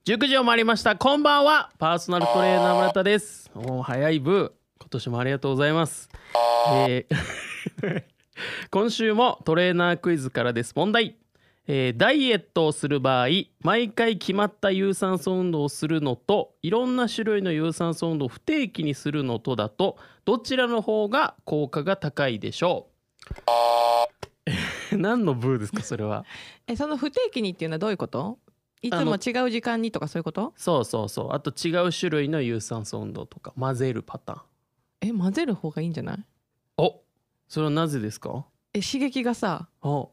19時を回りました。こんばんは。パーソナルトレーナー村田です。早いブー。今年もありがとうございます。今週もトレーナークイズからです。問題。ダイエットをする場合、毎回決まった有酸素運動をするのと、いろんな種類の有酸素運動を不定期にするのとだと、どちらの方が効果が高いでしょう。何のブーですかそれは。 その不定期にっていうのはどういうこと？いつも違う時間にとかそういうこと？ そうそうそう。あと違う種類の有酸素運動とか混ぜるパターン。 混ぜる方がいいんじゃない？ お、それはなぜですか？ 刺激がさ、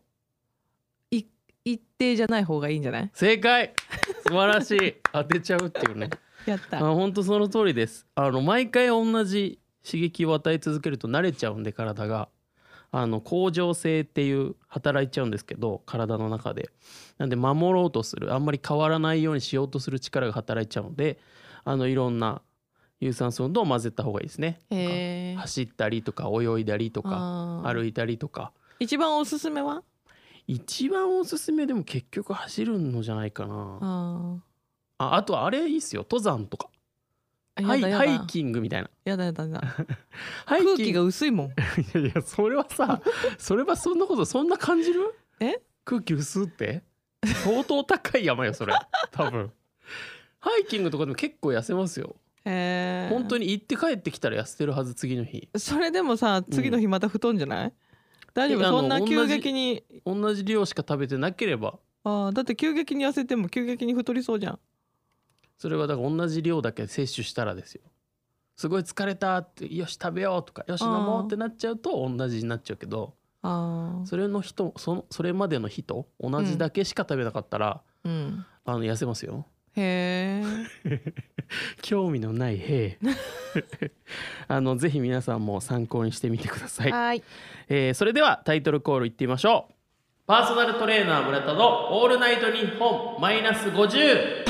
一定じゃない方がいいんじゃない？ 正解。素晴らしい。当てちゃうっていうね。 やった。 本当その通りです。毎回同じ刺激を与え続けると慣れちゃうんで、体が恒常性っていう働いちゃうんですけど、体の中でなんで守ろうとする、あんまり変わらないようにしようとする力が働いちゃうので、いろんな有酸素運動を混ぜた方がいいですね。走ったりとか泳いだりとか歩いたりとか。 一番おすすめは？ 一番おすすめでも結局走るのじゃないかな。あとはあれいいっすよ、登山とかハイキングみたいな。 やだ空気が薄いもん。 いやそれはさ、それはそんなことそんな感じる？空気薄って相当高い山よそれ。多分ハイキングとかでも結構痩せますよ。本当に行って帰ってきたら痩せてるはず。次の日それでもさ、次の日また太んじゃない？大丈夫？そんな急激に同じ量しか食べてなければ。 だって急激に痩せても急激に太りそうじゃん。 それはだから同じ量だけ摂取したらですよ。すごい疲れたってよし食べようとかよし飲もうってなっちゃうと同じになっちゃうけど、それまでの日と同じだけしか食べなかったら、痩せますよ。 へえ。 興味のないへえ。ぜひ皆さんも参考にしてみてください。 はい。 それではタイトルコールいってみましょう。パーソナルトレーナー村田のオールナイトニッポンマイナス50。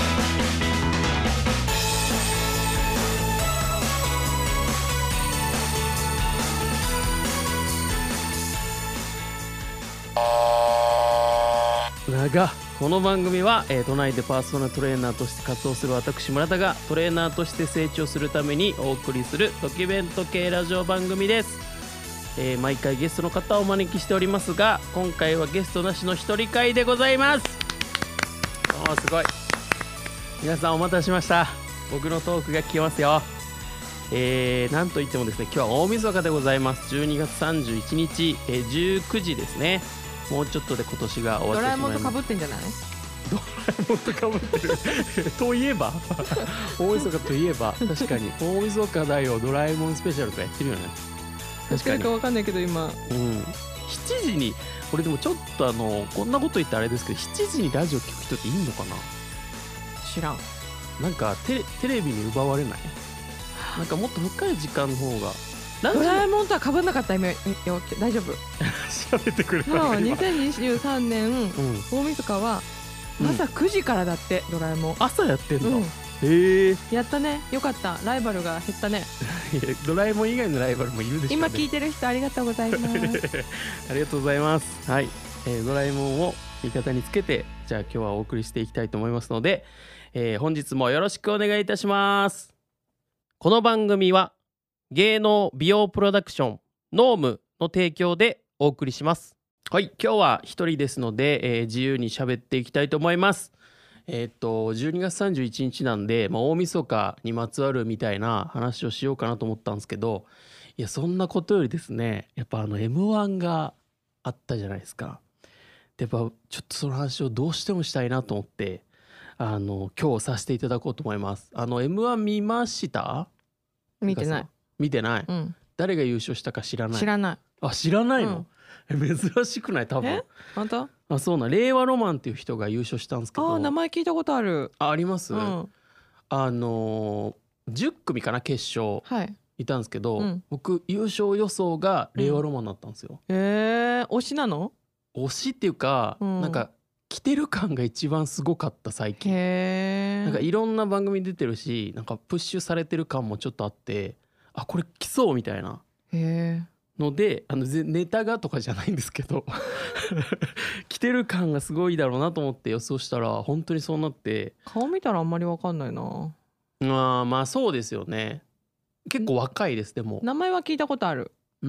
この番組は、都内でパーソナルトレーナーとして活動する私村田がトレーナーとして成長するためにお送りするドキュメント系ラジオ番組です。毎回ゲストの方をお招きしておりますが、今回はゲストなしの一人会でございます。すごい。皆さんお待たせしました。僕のトークが聞けますよ。なんといってもですね、今日は大晦日でございます。12月31日、19時ですね。もうちょっとで今年が終わってしまいます。 ドラえもんとかぶってんじゃない？ ドラえもんとかぶってるといえば大晦日といえば確かに大晦日だよドラえもんスペシャルとかやってるよね。 確かに。わかんないけど今、 7時に俺でもちょっとこんなこと言ってあれですけど、7時にラジオ聞く人っていいのかな？ 知らん。 なんかテレビに奪われない？なんかもっと深い時間の方が。 ドラえもんとは被んなかったよ。大丈夫。 喋ってくれた。 2023年、大晦日は朝9時からだって。ドラえもん朝やってんの？ やったね。よかった。ライバルが減ったね。 ドラえもん以外のライバルもいるでしょうね。 今聞いてる人ありがとうございますありがとうございます。はい、ドラえもんを味方につけて、じゃあ今日はお送りしていきたいと思いますので、本日もよろしくお願いいたします。この番組は芸能美容プロダクションノームの提供でお送りします。はい、今日は一人ですので、自由に喋っていきたいと思います。12月31日なんで、大晦日にまつわるみたいな話をしようかなと思ったんですけど、いやそんなことよりですね、やっぱM1 があったじゃないですか。でやっぱちょっとその話をどうしてもしたいなと思って、今日させていただこうと思います。M1 見ました？ 見てない。 見てない、誰が優勝したか知らない？ 知らない。 知らないの？珍しくない？多分。 本当？ そうな、令和ロマンっていう人が優勝したんですけど。 名前聞いたことある。 あります？10組かな、決勝、いたんですけど、僕優勝予想が令和ロマンだったんですよ。 推しなの？ 推しっていうか、なんか来てる感が一番すごかった最近。なんかいろんな番組出てるし、なんかプッシュされてる感もちょっとあって、これ来そうみたいなのでネタがとかじゃないんですけど来てる感がすごいだろうなと思って予想したら本当にそうなって。 顔見たらあんまり分かんないな。 まあそうですよね。結構若いです。でも名前は聞いたことある。 うん、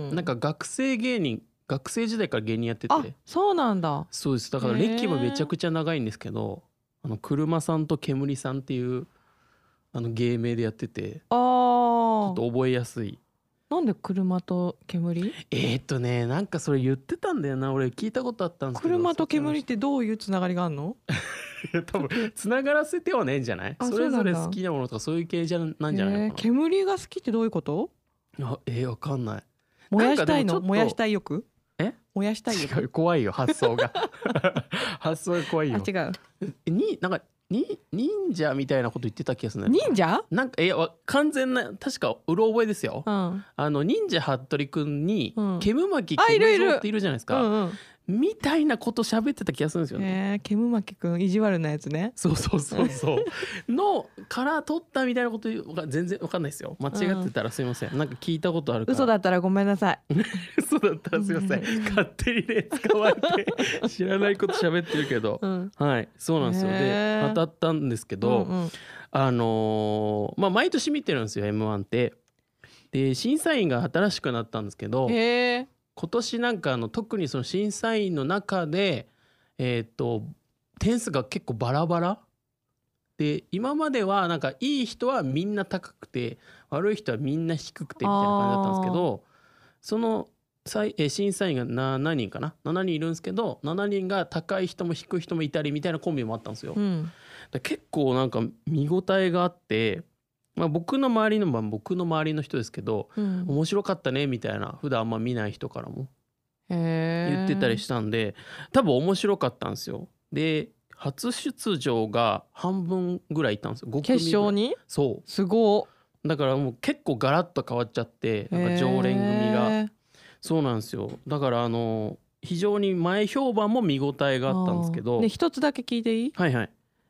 なんか学生時代から芸人やってて。 あ、そうなんだ。 そうです。だから歴もめちゃくちゃ長いんですけど、車さんと煙さんっていう芸名でやってて、ちょっと覚えやすい。 なんで車と煙？ なんかそれ言ってたんだよな。俺聞いたことあったんですけど。 車と煙ってどういうつながりがあるの？ いや多分つながらせてはねえんじゃない？それぞれ好きなものとかそういう系なんじゃないのかな。 煙が好きってどういうこと？ わかんない。 燃やしたいの？燃やしたい欲？燃やしたい欲？怖いよ発想が発想が怖いよ。 違う。 なんか忍者みたいなこと言ってた気がするね。 忍者？ なんか完全な確かうろ覚えですよ。忍者服部くんに煙巻煙蔵っているじゃないですか。みたいなこと喋ってた気がするんですよね。 煙巻くん意地悪なやつね。 そうのから取ったみたいなこと全然わかんないですよ。間違ってたらすいません。なんか聞いたことあるから。 嘘だったらごめんなさい。 嘘だったらすいません。勝手にね使われて知らないこと喋ってるけど、はいそうなんですよ。で当たったんですけど、まあ毎年見てるんですよ M1 って。で審査員が新しくなったんですけど。今年なんか特にその審査員の中で点数が結構バラバラで、今まではなんかいい人はみんな高くて悪い人はみんな低くてみたいな感じだったんですけど、その審査員が7人かな、7人いるんですけど7人が高い人も低い人もいたりみたいなコンビもあったんですよ。結構なんか見応えがあって、僕の周りの人ですけど、面白かったねみたいな、普段あんま見ない人からも言ってたりしたんで多分面白かったんですよ。で初出場が半分ぐらいいったんですよ。5組ぐらい。 決勝に？ そうすごい。だからもう結構ガラッと変わっちゃって、なんか常連組が。そうなんですよ。だから非常に前評判も見応えがあったんですけど。 一つだけ聞いていい？ はいはい。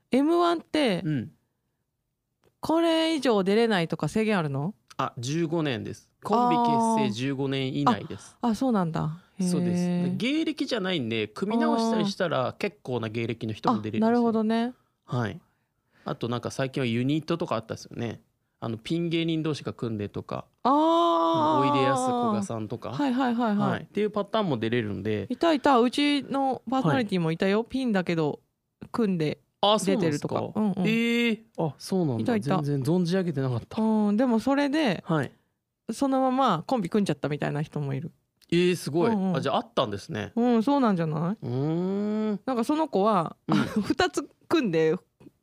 M1 って、これ以上出れないとか制限あるの ？15年です。コンビ結成15年以内です。 そうなんだ。 そうです。芸歴じゃないんで組み直したりしたら結構な芸歴の人も出れるんですよ。 なるほどね。 はい。あとなんか最近はユニットとかあったですよね。ピン芸人同士が組んでとか、おいでやすこがさんとか、っていうパターンも出れるんで。 いたうちのパーソナリティもいたよ、ピンだけど組んで出てるとか。 そうなんだ。全然存じ上げてなかった。 でもそれで、そのままコンビ組んじゃったみたいな人もいる。 すごい。じゃああったんですね。 そうなんじゃない？なんかその子は2つ組んで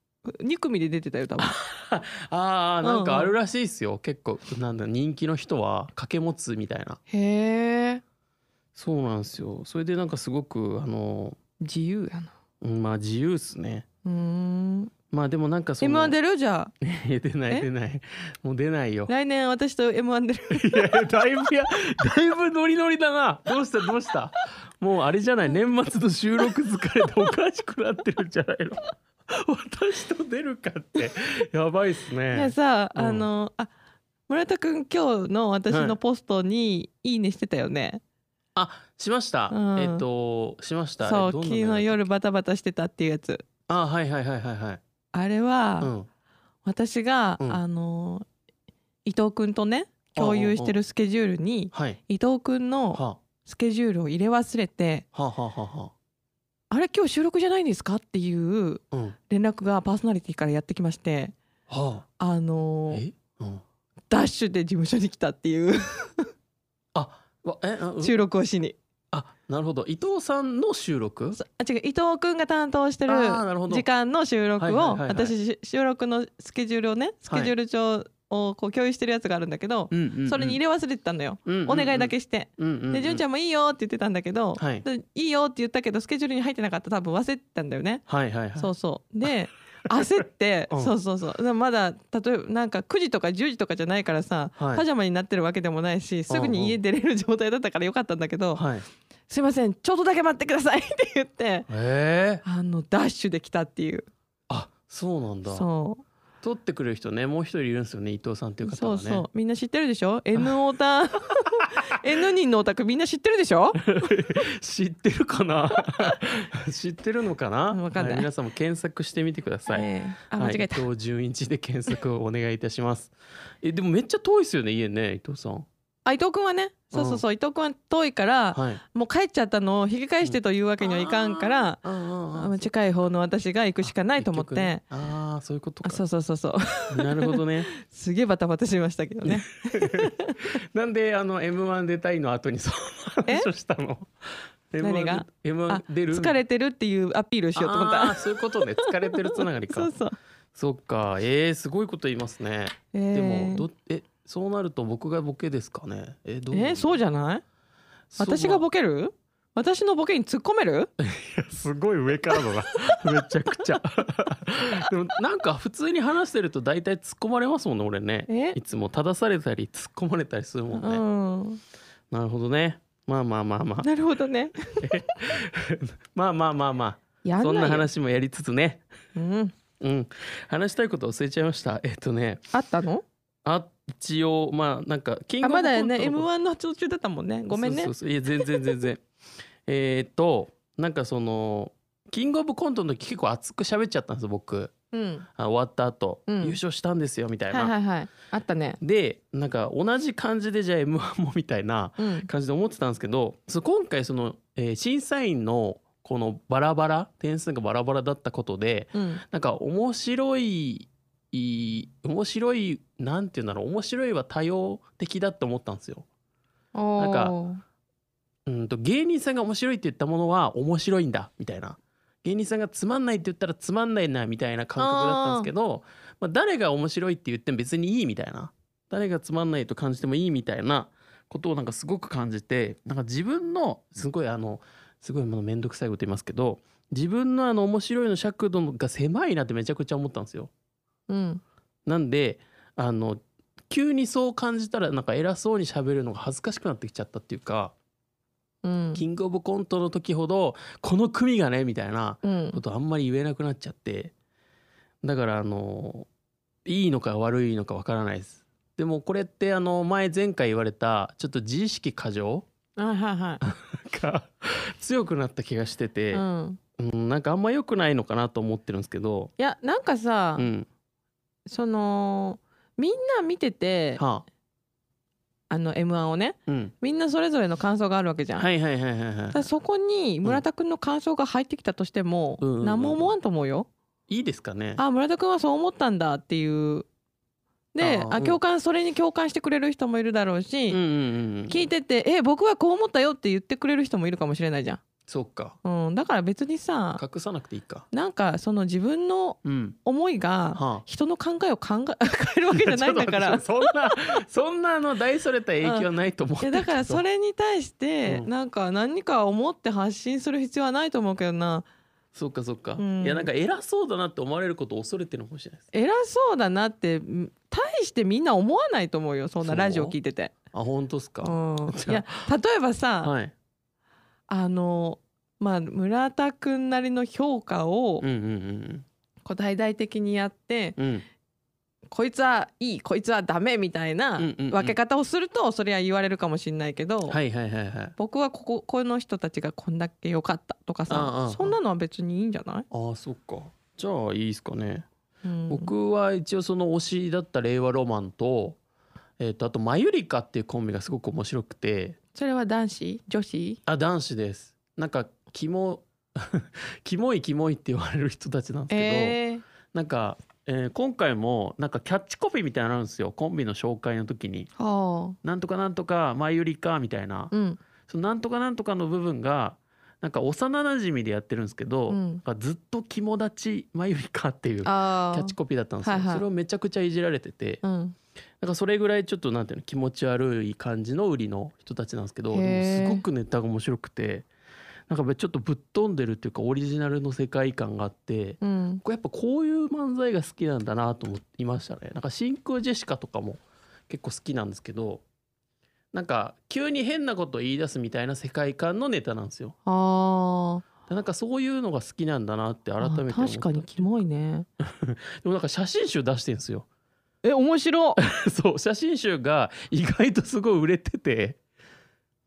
2組で出てたよ多分。 なんかあるらしいですよ。結構なんだ人気の人は掛け持つみたいな。そうなんですよ。それでなんかすごく自由やな。 自由っすね。でもなんか M1 出る？じゃあ出ないもう出ないよ。 来年私と M1 出る。 だいぶノリノリだな。どうしたもうあれじゃない、年末の収録疲れておかしくなってるんじゃないの私と出るかってやばいっすね。 さ村田くん今日の私のポストにいいねしてたよね。 しました。しました。 そう昨日夜バタバタしてたっていうやつ。あれは、私が、伊藤くんとね共有してるスケジュールに、伊藤くんのスケジュールを入れ忘れて、あれ今日収録じゃないんですかっていう連絡がパーソナリティからやってきまして、ダッシュで事務所に来たっていう収録をしに。 なるほど。伊藤さんの収録？ 違う、伊藤くんが担当してる時間の収録を、私収録のスケジュールをね、スケジュール帳をこう共有してるやつがあるんだけど、それに入れ忘れてたんだよ、お願いだけして。で純ちゃんもいいよって言ってたんだけど、いいよって言ったけどスケジュールに入ってなかった、多分忘れてたんだよね。そうそうで焦ってそうでもまだ例えばなんか9時とか10時とかじゃないからさ、パジャマになってるわけでもないし、すぐに家出れる状態だったからよかったんだけど、すいませんちょっとだけ待ってくださいって言って、ダッシュで来たっていう。 そうなんだ。 そう撮ってくれる人ね、もう一人いるんですよね、伊藤さんっていう方がね。 みんな知ってるでしょ？ N オタ N 人のオタクみんな知ってるでしょ知ってるかな知ってるのかな、 わかんない、 皆さんも検索してみてください、 間違えた、 伊藤純一で検索をお願いいたしますでもめっちゃ遠いですよね家ね、伊藤さん。 伊藤君はね、そうそうそう、伊藤君は遠いから、もう帰っちゃったのを引き返してというわけにはいかんから、近い方の私が行くしかないと思って、 そういうことか。 そうなるほどねすげえバタバタしましたけどねなんでM1 出たいの後にその話をしたの何が M1 出る疲れてるっていうアピールしようと思った。 そういうことね、疲れてるつながりかそっか、すごいこと言いますね、でもそうなると僕がボケですかね。 そうじゃない？私がボケる？私のボケに突っ込める？ いやすごい上からのがめちゃくちゃでもなんか普通に話してると大体突っ込まれますもんね俺ね。いつも正されたり突っ込まれたりするもんね。なるほどね。まあなるほどねまあそんな話もやりつつね、話したいこと忘れちゃいました。 あったの？ 一応なんかキングオブコントまだね M1 の途中だったもんね。ごめんね。 いや全然なんかそのキングオブコントの時結構熱く喋っちゃったんですよ僕、終わった後、優勝したんですよみたいな、 あったね。 でなんか同じ感じでじゃあ M1 もみたいな感じで思ってたんですけど、今回その、審査員のこの点数がバラバラだったことで、なんか面白いなんていうんだろう、面白いは多様的だって思ったんですよ。なんか芸人さんが面白いって言ったものは面白いんだみたいな、芸人さんがつまんないって言ったらつまんないなみたいな感覚だったんですけど、誰が面白いって言っても別にいいみたいな、誰がつまんないと感じてもいいみたいなことをなんかすごく感じて、なんか自分のすごい面倒くさいこと言いますけど、自分の面白いの尺度が狭いなってめちゃくちゃ思ったんですよ。なんで急にそう感じたらなんか偉そうに喋るのが恥ずかしくなってきちゃったっていうか、キングオブコントの時ほどこの組がねみたいなことあんまり言えなくなっちゃって、だからいいのか悪いのかわからないです。でもこれって前回言われたちょっと自意識過剰が強くなった気がしてて、なんかあんま良くないのかなと思ってるんですけど。 いやなんかさ、そのみんな見てて、M1 をね、みんなそれぞれの感想があるわけじゃん。そこに村田くんの感想が入ってきたとしても、何も思わんと思うよ。 いいですかね。 村田くんはそう思ったんだっていうで、それに共感してくれる人もいるだろうし、聞いてて僕はこう思ったよって言ってくれる人もいるかもしれないじゃん。 そうか、 だから別にさ隠さなくていいか。 なんかその自分の思いが人の考えを変えるわけじゃないんだからそんな大それた影響はないと思ってるけど、 だからそれに対してなんか何か思って発信する必要はないと思うけどな。 そっか、いやなんか偉そうだなって思われることを恐れてるのかもしれないです。 偉そうだなって大してみんな思わないと思うよ、そんなラジオ聞いてて。 本当っすか。 いや例えばさ、村田くんなりの評価を大々的にやって、こいつはいいこいつはダメみたいな分け方をするとそれは言われるかもしれないけど、僕はこの人たちがこんだけ良かったとかさ、そんなのは別にいいんじゃない？ そっか、じゃあいいですかね。僕は一応その推しだった令和ロマンとあとマユリカっていうコンビがすごく面白くて。 それは男子女子？ 男子です。なんかキモいって言われる人たちなんですけど、なんか、今回もなんかキャッチコピーみたいなのあるんですよ、コンビの紹介の時に。なんとかなんとかマユリカみたいな、そのなんとかなんとかの部分がなんか幼なじみでやってるんですけど、ずっと肝立ちマユリカっていうキャッチコピーだったんですよ。それをめちゃくちゃいじられてて、なんかそれぐらいちょっとなんていうの気持ち悪い感じの売りの人たちなんですけど、でもすごくネタが面白くて、なんかちょっとぶっ飛んでるっていうかオリジナルの世界観があって、やっぱこういう漫才が好きなんだなと思いましたね。なんか真空ジェシカとかも結構好きなんですけど、なんか急に変なこと言い出すみたいな世界観のネタなんですよ。なんかそういうのが好きなんだなって改めて思った。 確かにキモいねでもなんか写真集出してんですよ。 面白そう写真集が意外とすごい売れてて、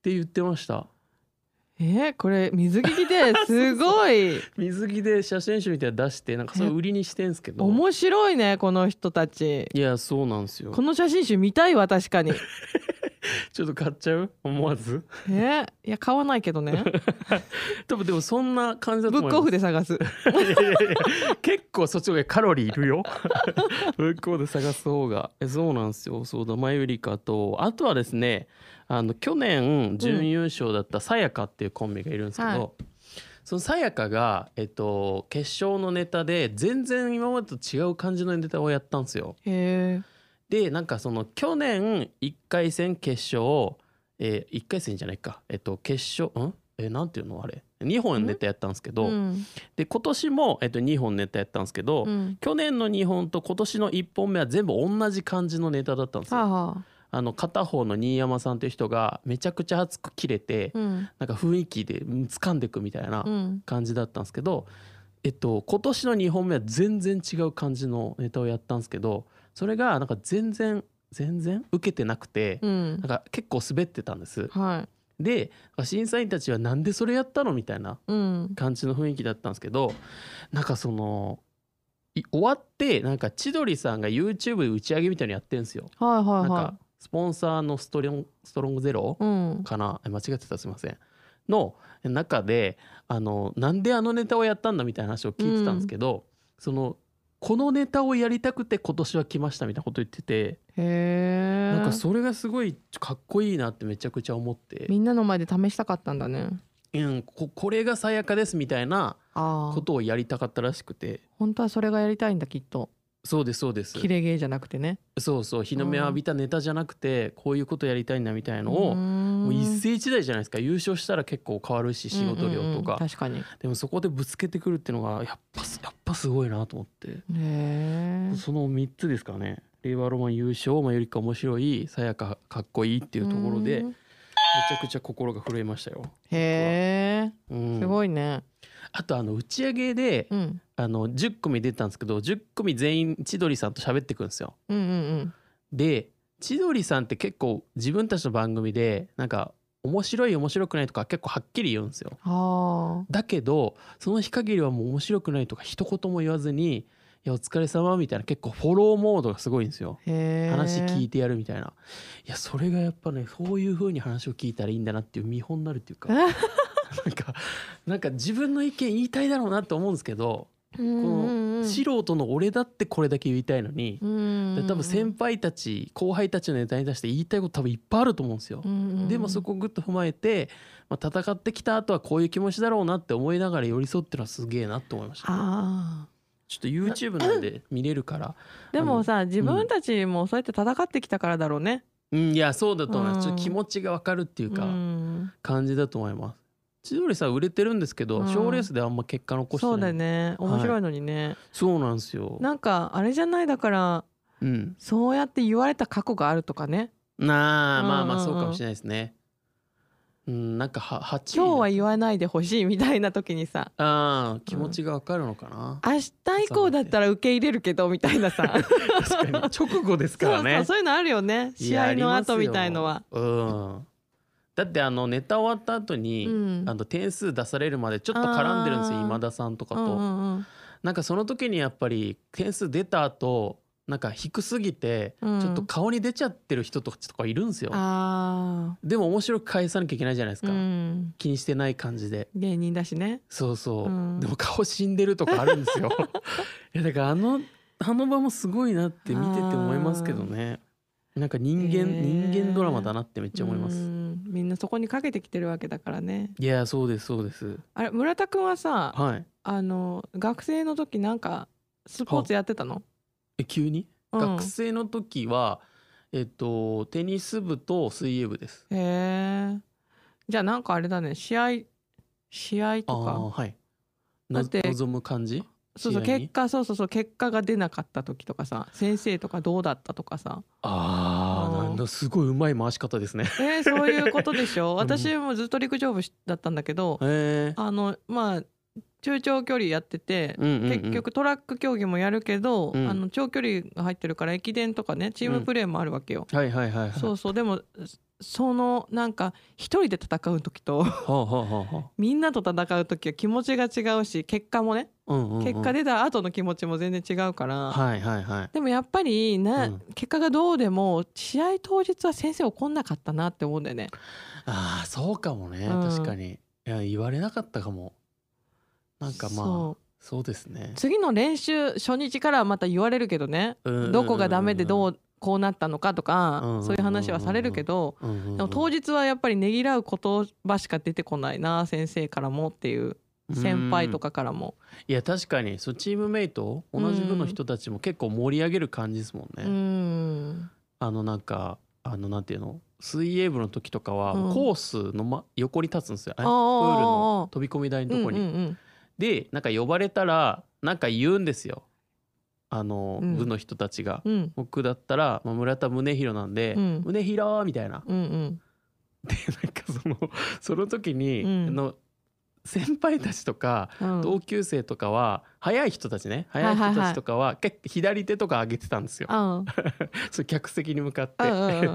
って言ってました。 これ水着着ですごい水着で写真集みたいなの出してなんかそれ売りにしてんすけど、 面白いねこの人たち。 いやそうなんですよ。 この写真集見たいわ確かにちょっと買っちゃう思わず。 いや買わないけどね多分でもそんな感じだと思います。 ブックオフで探す結構そっちの方がカロリーいるよブックオフで探す方が。そうなんですよ。そうだ、マユリカとあとはですね、去年準優勝だったさやかっていうコンビがいるんですけど、はい、そのさやかが、決勝のネタで全然今までと違う感じのネタをやったんですよ。 へー。 でなんかその去年1回戦決勝、1回戦じゃないか、決勝なんていうのあれ2本ネタやったんですけど、で今年も、2本ネタやったんですけど、去年の2本と今年の1本目は全部同じ感じのネタだったんですよ。片方の新山さんという人がめちゃくちゃ熱く切れて、なんか雰囲気で掴んでいくみたいな感じだったんですけど、今年の2本目は全然違う感じのネタをやったんですけど、それがなんか全然受けてなくて、なんか結構滑ってたんです、で審査員たちはなんでそれやったのみたいな感じの雰囲気だったんですけど、なんかその終わってなんか千鳥さんが YouTube で打ち上げみたいなのやってるんですよ。なんかスポンサーのストロングゼロかな、間違ってたらすいませんの中でなんであのネタをやったんだみたいな話を聞いてたんですけど、このネタをやりたくて今年は来ましたみたいなこと言ってて、なんかそれがすごいかっこいいなってめちゃくちゃ思って、 みんなの前で試したかったんだね。 これがさやかですみたいなことをやりたかったらしくて。 本当はそれがやりたいんだきっと。 そうですそうです。 キレゲーじゃなくてね。 そうそう、日の目を浴びたネタじゃなくてこういうことやりたいんだみたいなのをもう一世一代じゃないですか。優勝したら結構変わるし仕事量とか、 確かに。 でもそこでぶつけてくるっていうのがやっぱすごいなと思って、その3つですかね。令和ロマン優勝、マユリカ面白い、さやかかっこいいっていうところでめちゃくちゃ心が震えましたよ。 へー、すごいね。 あと打ち上げで、10組出たんですけど10組全員千鳥さんと喋ってくるんですよ。で千鳥さんって結構自分たちの番組でなんか面白い面白くないとか結構はっきり言うんですよ。だけどその日限りはもう面白くないとか一言も言わずに、いやお疲れ様みたいな結構フォローモードがすごいんですよ。話聞いてやるみたいな。いやそれがやっぱね、そういう風に話を聞いたらいいんだなっていう見本になるっていうかなんか自分の意見言いたいだろうなと思うんですけど、この素人の俺だってこれだけ言いたいのに、多分先輩たち後輩たちのネタに対して言いたいこと多分いっぱいあると思うんですよ。でもそこをグッと踏まえて、戦ってきた後はこういう気持ちだろうなって思いながら寄り添ってるのはすげえなって思いました、ね。ちょっと YouTube なんで見れるからでもさ、自分たちもそうやって戦ってきたからだろうね。 いやそうだと思います。ちょっと気持ちが分かるっていうか感じだと思います。千鳥さん売れてるんですけど、賞レースであんま結果残してない。 そうだね、面白いのにね、 そうなんですよ。 なんかあれじゃない、だから、そうやって言われた過去があるとかね。 まあそうかもしれないですね。なんか8位今日は言わないでほしいみたいな時にさ、 気持ちが分かるのかな。 明日以降だったら受け入れるけどみたいなさ確かに直後ですからね。 そういうのあるよね、試合の後みたいのは。 だってネタ終わった後に、点数出されるまでちょっと絡んでるんですよ、今田さんとかと。なんかその時にやっぱり点数出た後なんか低すぎてちょっと顔に出ちゃってる人とかいるんですよ。でも面白く返さなきゃいけないじゃないですか、気にしてない感じで。 芸人だしね。 そうそう、でも顔死んでるとかあるんですよいやだからあの場もすごいなって見てて思いますけどね。なんか人間ドラマだなってめっちゃ思います。 みんなそこにかけてきてるわけだからね。 いやそうですそうです。 あれ村田くんはさ、学生の時なんかスポーツやってたの？ 急に、学生の時はテニス部と水泳部です。 へえ。じゃあなんかあれだね、試合とか、 はい、望む感じ。 そう結果が出なかった時とかさ、先生とかどうだったとかさ。 なんだ、すごい上手い回し方ですねそういうことでしょ私もずっと陸上部だったんだけど、中長距離やってて、結局トラック競技もやるけど、長距離が入ってるから駅伝とかね、チームプレーもあるわけよ。そうでもなんか一人で戦う時とみんなと戦う時は気持ちが違うし、結果もね、結果出た後の気持ちも全然違うから、でもやっぱり結果がどうでも試合当日は先生怒んなかったなって思うんだよね。 ああ、そうかもね、確かに。いや、言われなかったかも。なんかそうですね。 次の練習初日からはまた言われるけどね、どこがダメでこうなったのかとか、そういう話はされるけど、でも当日はやっぱりねぎらう言葉しか出てこないな、先生からもっていう、先輩とかからも。 いや確かにチームメイト同じ部の人たちも結構盛り上げる感じですもんね。なんかなんていうの、水泳部の時とかはコースの、横に立つんですよ、プールの飛び込み台のとこに。でなんか呼ばれたらなんか言うんですよ、部の人たちが。僕だったら、村田宗弘なんで、宗弘みたいな。でなんかその時に、先輩たちとか、同級生とかは速い人たちね、速い人たちとかは結構左手とか上げてたんですよ。そう客席に向かって。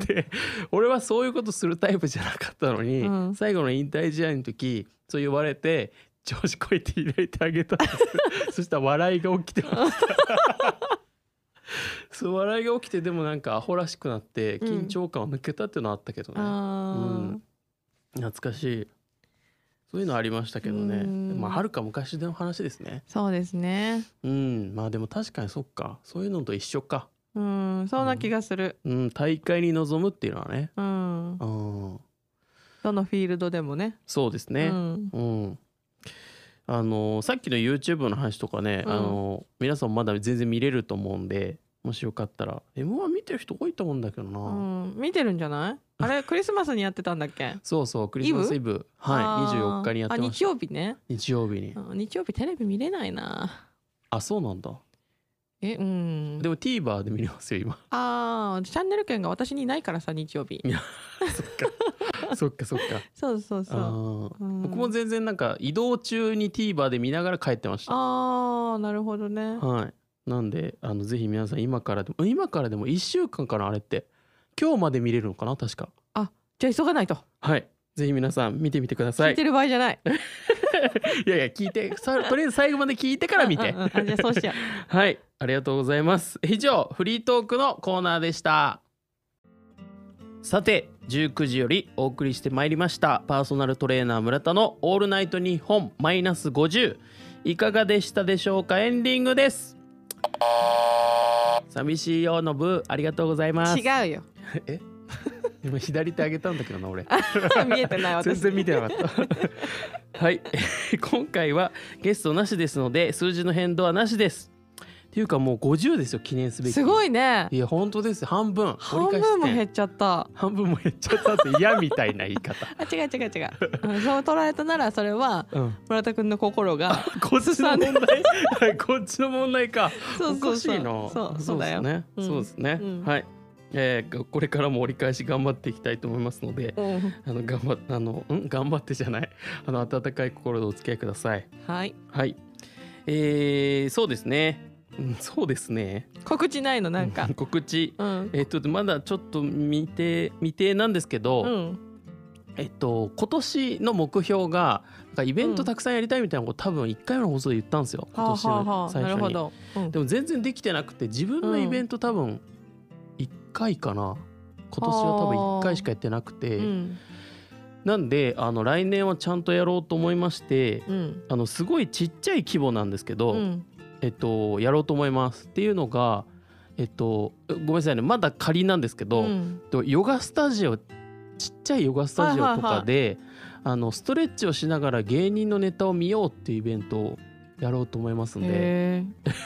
で俺はそういうことするタイプじゃなかったのに、最後の引退試合の時そう言われて調子こいて左手あげたんですそしたら笑いが起きてましたそう笑いが起きて、でもなんかアホらしくなって緊張感を抜けたっていうのはあったけどね。懐かしい。そういうのありましたけどね。はるか昔の話ですね。 そうですね。 でも確かにそっか、そういうのと一緒か。 そんな気がする。 大会に臨むっていうのはね。 どのフィールドでもね。 そうですね。さっきの YouTube の話とかね、皆さんまだ全然見れると思うんで、もしよかったら M1 見てる人多いと思うんだけどな。 見てるんじゃない？あれクリスマスにやってたんだっけ？ そうクリスマスイブ、24日にやってました。 日曜日ね。 日曜日に。 日曜日テレビ見れないな。 あ、そうなんだ。でも TVer で見れますよ今。 チャンネル権が私にないからさ、日曜日。 いやそっかそう僕も全然なんか移動中に TVer で見ながら帰ってました。 なるほどね。 なんでぜひ皆さん今からでも1週間かな、あれって今日まで見れるのかな、確か。 じゃあ急がないと。 ぜひ皆さん見てみてください。 聞いてる場合じゃないいや聞いて、とりあえず最後まで聞いてから見て。 じゃあそうしよう。ありがとうございます。以上フリートークのコーナーでした。さて19時よりお送りしてまいりましたパーソナルトレーナー村田のオールナイトニッポン-50、いかがでしたでしょうか。エンディングです。寂しいよの部、ありがとうございます。 違うよ今左手あげたんだけどな俺見えてない、私全然見てなかった今回はゲストなしですので数字の変動はなしです。っていうかもう50ですよ、記念すべき。 すごいね。 いや本当です。半分も減っちゃった。 半分も減っちゃったって嫌みたいな言い方違う、そう捉えたならそれは村田くんの心がこっちの問題こっちの問題か。おかしいな。 そうだよね。 そうですね。これからも折り返し頑張っていきたいと思いますので、頑張ってじゃない、温かい心でお付き合いください。そうですね。そうですね。 告知ないの？なんか告知、まだちょっと未定なんですけど、今年の目標がなんかイベントたくさんやりたいみたいなこと多分1回目の放送で言ったんですよ、今年の最初に。でも全然できてなくて、自分のイベント多分1回かな、今年は多分1回しかやってなくて、なんで来年はちゃんとやろうと思いまして、すごいちっちゃい規模なんですけど、やろうと思います。っていうのがごめんなさいね、まだ仮なんですけど、ヨガスタジオ、ちっちゃいヨガスタジオとかでストレッチをしながら芸人のネタを見ようっていうイベントをやろうと思いますんで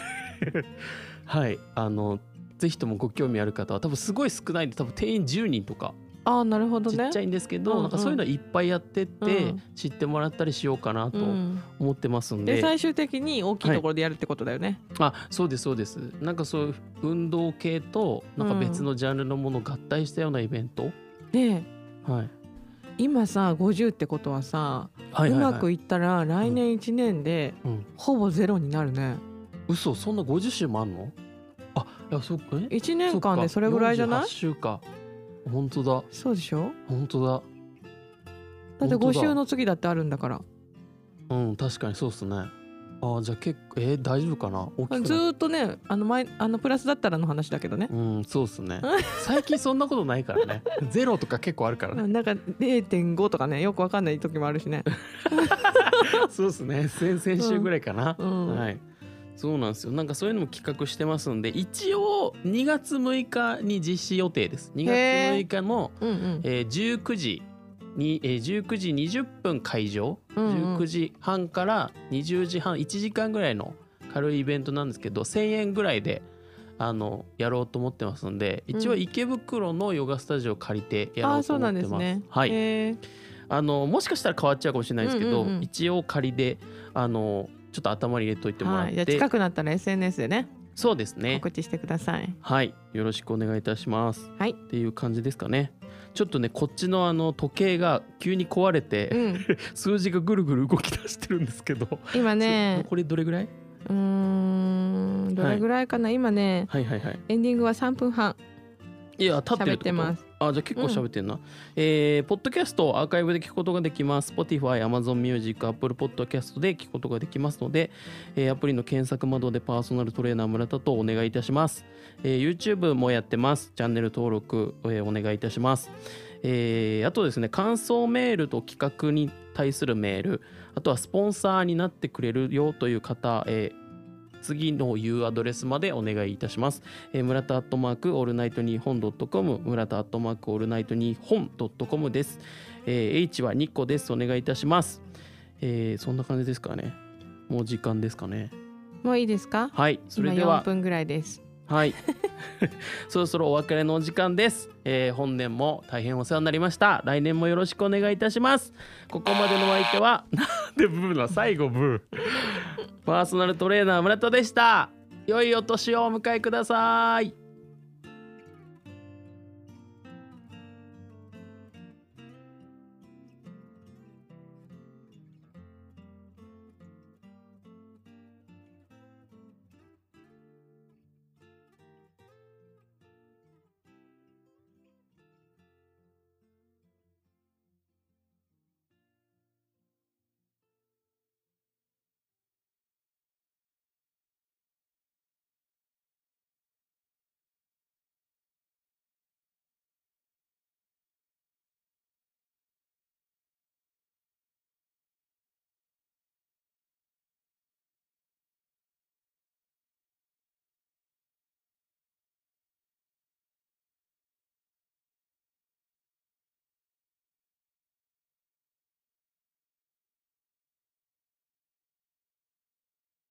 ぜひともご興味ある方は、多分すごい少ないんで、多分定員10人とか。 なるほどね。 ちっちゃいんですけど、なんかそういうのいっぱいやってって知ってもらったりしようかなと思ってますんで、 最終的に大きいところでやるってことだよね。 そうです。なんかそういう運動系となんか別のジャンルのものを合体したようなイベントで、今さ50ってことはさ、うまくいったら来年1年でほぼゼロになるね。 嘘、そんな50週もあんの？いや、そっか、 1年間でそれぐらいじゃない？ 48週か。 本当だ。 そうでしょ。 本当だ。 だって5週の次だってあるんだから。 うん、確かにそうっすね。あ、じゃあ結構大丈夫かな。大きくなずーっとねプラスだったらの話だけどね。 うん、そうっすね。最近そんなことないからね。ゼロとか結構あるからね。 なんか 0.5 とかね、よくわかんない時もあるしね。 そうっすね。先週ぐらいかな、 うんはい。そうなんですよ。なんかそういうのも企画してますんで、一応2月6日に実施予定です。2月6日の、19時に、19時20分会場、19時半から20時半、1時間ぐらいの軽いイベントなんですけど、1000円ぐらいでやろうと思ってますんで、一応池袋のヨガスタジオを借りてやろうと思ってます。 そうなんですね。 はい。もしかしたら変わっちゃうかもしれないですけど、一応仮でちょっと頭に入れといてもらって、 じゃあ近くなったら SNS でね。 そうですね。 告知してください。 はい、よろしくお願いいたします。 はい。 っていう感じですかね。ちょっとね、こっちの時計が急に壊れて、数字がぐるぐる動き出してるんですけど。 今ね。 これどれぐらい？ どれぐらいかな、今ね。エンディングは3分半。 いや、立ってるってこと？喋ってます。じゃあ結構喋ってんな。ポッドキャストアーカイブで聞くことができます。Spotify、Amazon Music、Apple Podcast で聞くことができますので、アプリの検索窓でパーソナルトレーナー村田とお願いいたします。YouTube もやってます。チャンネル登録、お願いいたします。あとですね、感想メールと企画に対するメール、あとはスポンサーになってくれるよという方、次の言うアドレスまでお願いいたします。村田@オールナイトニッポン.com、村田@オールナイトニッポン.comです。H はニコです。お願いいたします。そんな感じですかね。もう時間ですかね。 もういいですか？ はい。それでは今4分ぐらいです。 はい。そろそろお別れのお時間です。本年も大変お世話になりました。来年もよろしくお願いいたします。ここまでのお相手はなんでブーな、最後ブー。パーソナルトレーナー村田でした。良いお年をお迎えください。